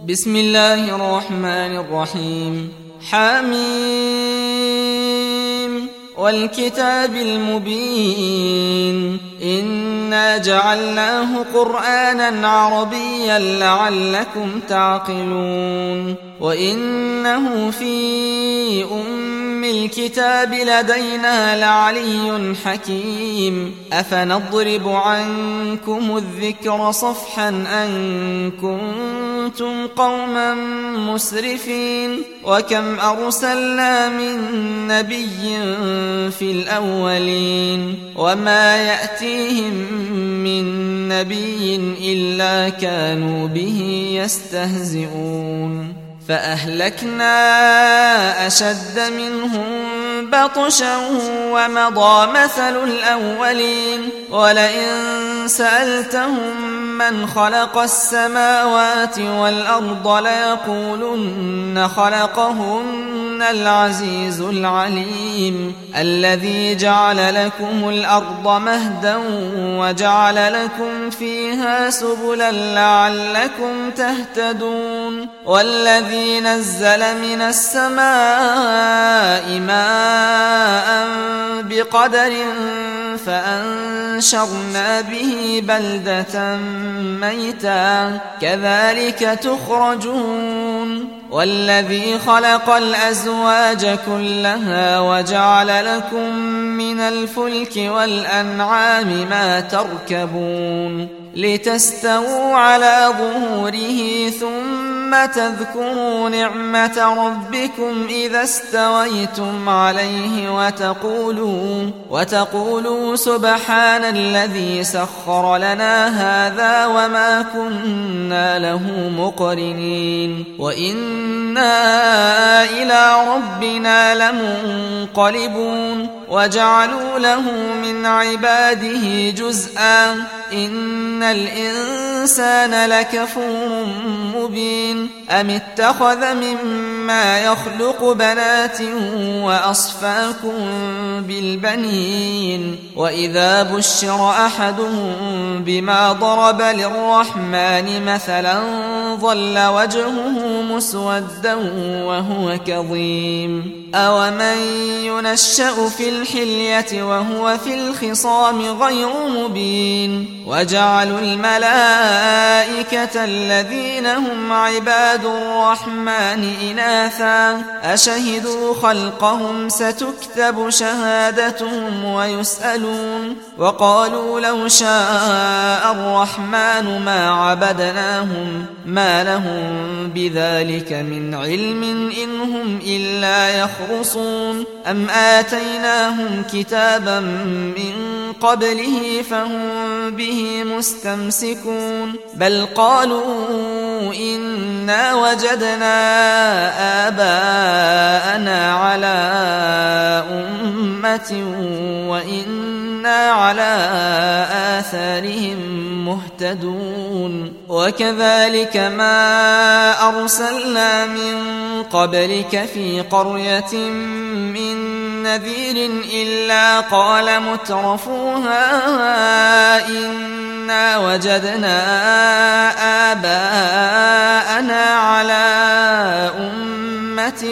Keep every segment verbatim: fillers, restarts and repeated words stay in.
بسم الله الرحمن الرحيم. حميم والكتاب المبين إنا جعلناه قرآنا عربيا لعلكم تعقلون وإنه في أم الكتاب لدينا لعلي حكيم أفنضرب عنكم الذكر صفحا أن كنتم قوما مسرفين وكم أرسلنا من نبي في الأولين وما يأتيهم من نبي إلا كانوا به يستهزئون فأهلكنا أشد منهم بطشا ومضى مثل الأولين ولئن سألتهم من خلق السماوات والأرض ليقولن خلقهن العزيز العليم الذي جعل لكم الأرض مهدا وجعل لكم فيها سبلا لعلكم تهتدون والذي نزل من السماء ماء بقدر فأنشرنا به بلدة ميتا كذلك تخرجون والذي خلق الأزواج كلها وجعل لكم من الفلك والأنعام ما تركبون لتستووا على ظهوره ثم تذكروا نعمة ربكم إذا استويتم عليه وتقولوا, وتقولوا سبحان الذي سخر لنا هذا وما كنا له مقرنين وإنا إلى ربنا لمنقلبون وجعلوا له من عباده جزءا إن الإنسان لكفور مبين أم اتخذ مما يخلق بنات وأصفاكم بالبنين وإذا بشر أحدهم بما ضرب للرحمن مثلا ظل وجهه مسودا وهو كظيم أومن ينشأ في الحلية وهو في الخصام غير مبين وجعلوا الملائكة الذين هم عباد الرحمن إناثا أشهدوا خلقهم ستكتب شهادتهم ويسألون وقالوا لو شاء الرحمن ما عبدناهم ما لهم بذلك من علم إن هم إلا يخرصون أم آتيناهم كتابا من قبله فهم به مستمسكون بل قالوا إنا وجدنا آباءنا على أمة وإنا على آثارهم مهتدون وكذلك ما أرسلنا من قبلك في قرية من نذير إلا قال مترفوها إنا وجدنا آباءنا على أمة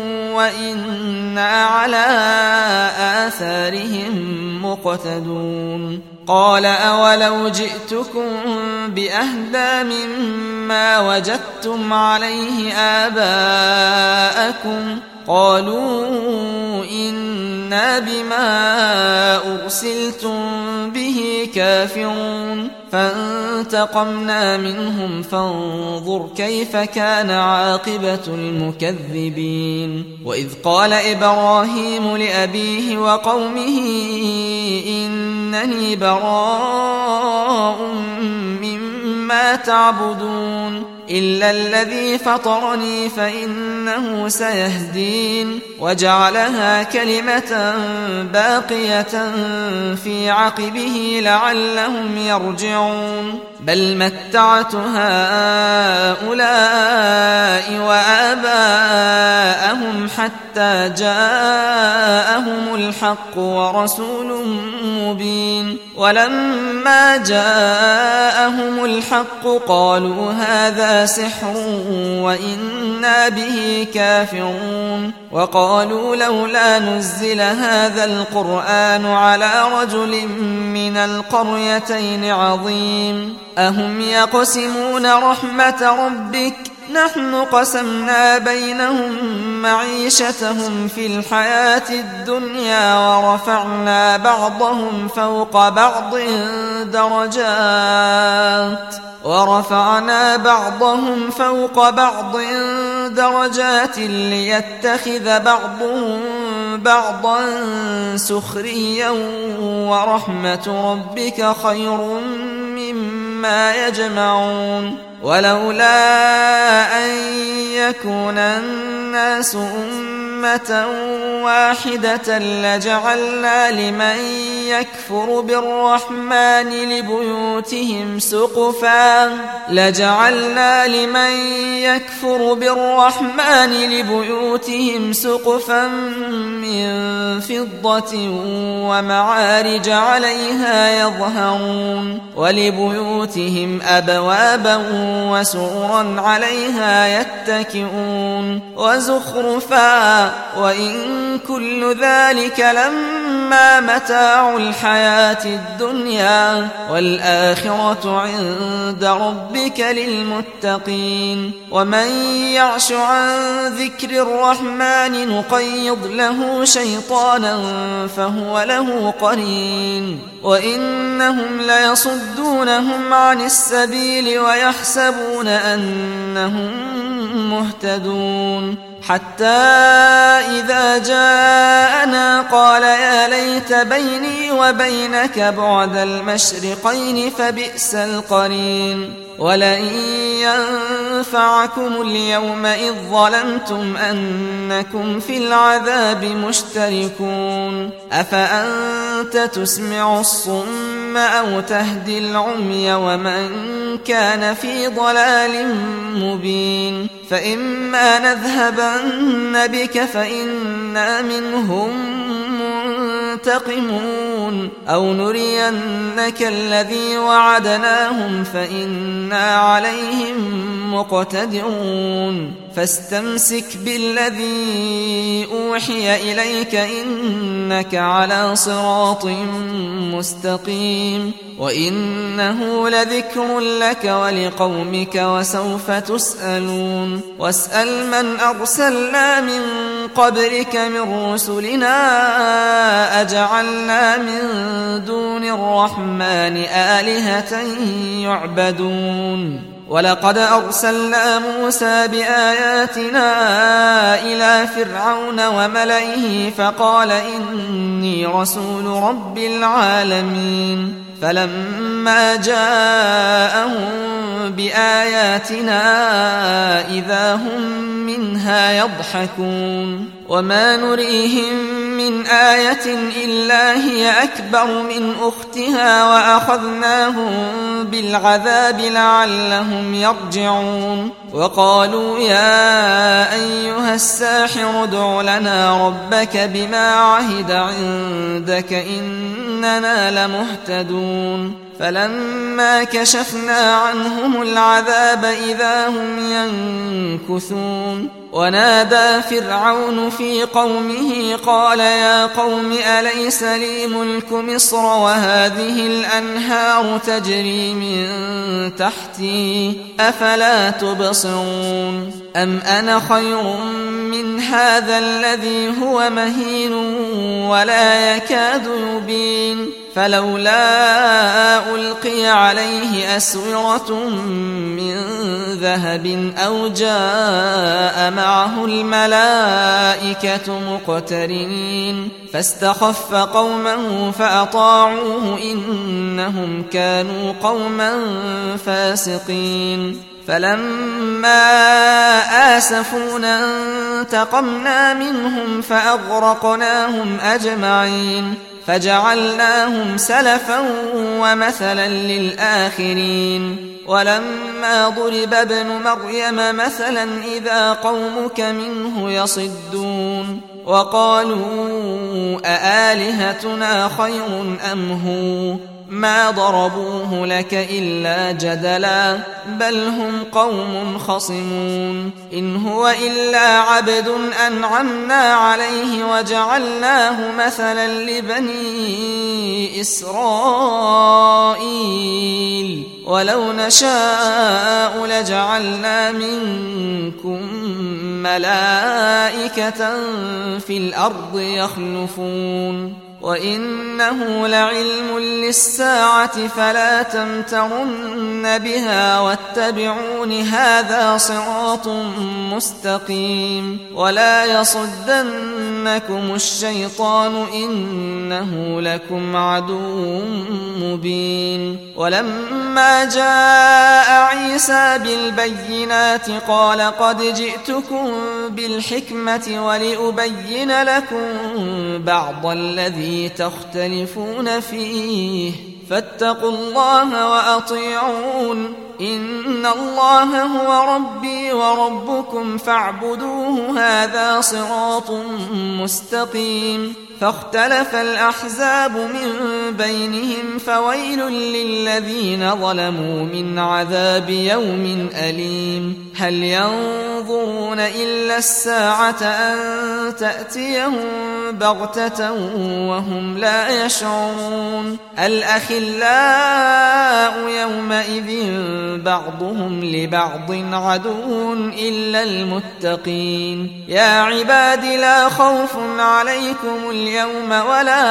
وإنا على آثارهم مقتدون قال أولو جئتكم بأهدى مما وجدتم عليه آباءكم قالوا إنا بما أرسلتم به كافرون فانتقمنا منهم فانظر كيف كان عاقبة المكذبين وإذ قال إبراهيم لأبيه وقومه إنني براء مما تعبدون إلا الذي فطرني فإنه سيهدين وجعلها كلمة باقية في عقبه لعلهم يرجعون بل متعت هؤلاء وآباءهم حتى جاءهم الحق ورسول مبين ولما فلما جاءهم الحق قالوا هذا سحر وإنا به كافرون وقالوا لولا نزل هذا القرآن على رجل من القريتين عظيم أهم يقسمون رحمة ربك نحن قسمنا بينهم معيشتهم في الحياة الدنيا ورفعنا بعضهم فوق بعض درجات ورفعنا بعضهم فوق بعض درجات ليتخذ بعضهم بعضا سخريا ورحمة ربك خير مما يجمعون ولولا أن يكون الناس أمة واحدة لجعلنا لمن يكفر بالرحمن لبيوتهم سقفا لجعلنا لمن يكفر بالرحمن لبيوتهم سقفا من فضة ومعارج عليها يظهرون ولبيوتهم أبوابا وسررا عليها يتكئون وزخرفا وإن كل ذلك لما متاع الحياة الدنيا والآخرة عند ربك للمتقين ومن يعش عن ذكر الرحمن نقيض له شيطانا فهو له قرين وإنهم ليصدونهم عن السبيل ويحسبون أنهم مهتدون حتى إذا جاءنا قال يا ليت بيني وبينك بعد المشرقين فبئس القرين ولئن ينفعكم اليوم إذ ظلمتم أنكم في العذاب مشتركون أفأنت تسمع الصم أو تهدي العمي ومن كان في ضلال مبين فإما نذهبن بك فإنا منهم منتقمون أو نرينك الذي وعدناهم فإنا عليهم مقتدرون فاستمسك بالذي أوحي إليك إنك على صراط مستقيم وإنه لذكر لك ولقومك وسوف تسألون واسأل من أرسلنا من قبلك من رسلنا أجعلنا من دون الرحمن آلهة يعبدون ولقد أرسلنا موسى بآياتنا إلى فرعون وملئه فقال إني رسول رب العالمين فلما جاءهم بآياتنا إذا هم منها يضحكون وما نريهم من آية إلا هي أكبر من أختها وأخذناهم بالعذاب لعلهم يرجعون وقالوا يا أيها الساحر ادع لنا ربك بما عهد عندك إننا لمهتدون فلما كشفنا عنهم العذاب إذا هم ينكثون ونادى فرعون في قومه قال يا قوم أليس لي ملك مصر وهذه الأنهار تجري من تحتي أفلا تبصرون أم أنا خير من هذا الذي هو مهين ولا يكاد يبين فلولا ألقي عليه أسورة من ذهب أو جاء معه الملائكة مقترنين فاستخف قومه فأطاعوه إنهم كانوا قوما فاسقين فلما آسفونا انتقمنا منهم فأغرقناهم أجمعين فجعلناهم سلفا ومثلا للآخرين ولما ضرب ابن مريم مثلا إذا قومك منه يصدون وقالوا أآلهتنا خير أم هو ما ضربوه لك إلا جدلا بل هم قوم خصمون إن هو إلا عبد أنعمنا عليه وجعلناه مثلا لبني إسرائيل ولو نشاء لجعلنا منكم ملائكة في الأرض يخلفون وإنه لعلم للساعة فلا تمترن بها واتبعون هذا صراط مستقيم ولا يصدنكم الشيطان إنه لكم عدو مبين ولما جاء عيسى بالبينات قال قد جئتكم بالحكمة ولأبين لكم بعض الذي تختلفون فيه فاتقوا الله وأطيعون إن الله هو ربي وربكم فاعبدوه هذا صراط مستقيم فاختلف الأحزاب من بينهم فويل للذين ظلموا من عذاب يوم أليم هل ينظرون إلا الساعة أن تأتيهم بغتة وهم لا يشعرون الأخلاء يومئذ بعضهم لبعض عدو إلا المتقين يا عباد لا خوف عليكم اليوم ولا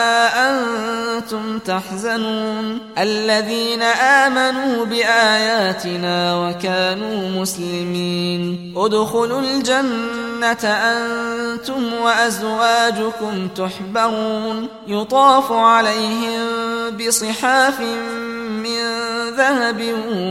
أنتم تحزنون الذين آمنوا بآياتنا وكانوا مسلمين ادخلوا الجنة أنتم وأزواجكم تحبرون يطاف عليهم بصحاف من ذهب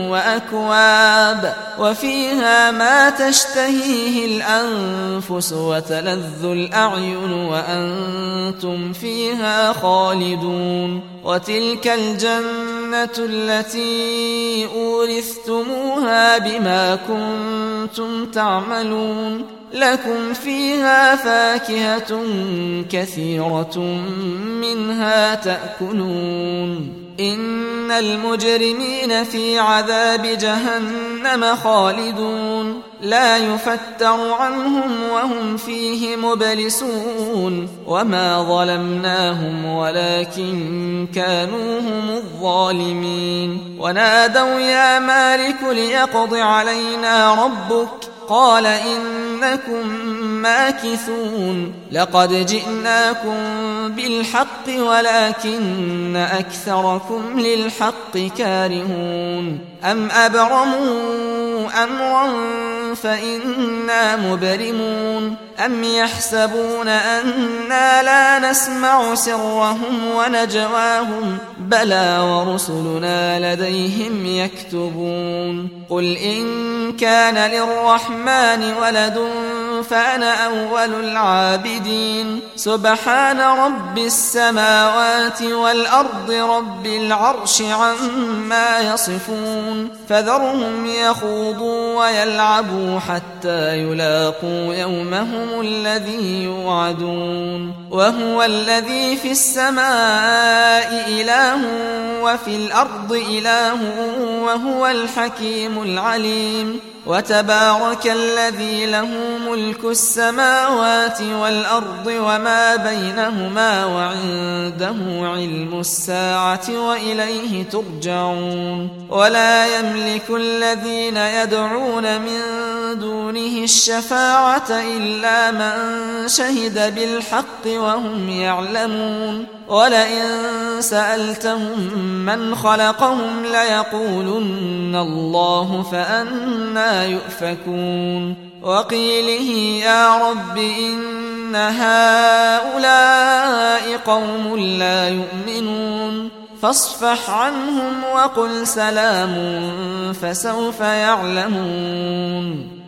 وأكواب وفيها ما تشتهيه الأنفس وتلذ الأعين وأنتم فيها خالدون وتلك الجنة التي أورثتموها بما كنتم تعملون لكم فيها فاكهة كثيرة منها تأكلون إن المجرمين في عذاب جهنم خالدون لا يفتر عنهم وهم فيه مبلسون وما ظلمناهم ولكن كانوا هم الظالمين ونادوا يا مالك ليقض علينا ربك قال إنكم ماكثون لقد جئناكم بالحق ولكن أكثركم للحق كارهون أم أبرموا أمرا فإنا مبرمون أم يحسبون أنا لا نسمع سرهم ونجواهم بلى ورسلنا لديهم يكتبون قل إن كان للرحمن ولد فأنا أول العابدين سبحان رب السماوات والأرض رب العرش عما يصفون فذرهم يخوضوا ويلعبوا حتى يلاقوا يومهم الذي يوعدون وهو الذي في السماء إله وفي الأرض إله وهو الحكيم العليم وتبارك الذي له ملك السماوات والأرض وما بينهما وعنده علم الساعة وإليه ترجعون ولا يملك الذين يدعون من دونه الشفاعة إلا من شهد بالحق وهم يعلمون ولئن سألتهم من خلقهم ليقولن الله فأنى يؤفكون وقيله يا رب إن هؤلاء قوم لا يؤمنون فاصفح عنهم وقل سلام فسوف يعلمون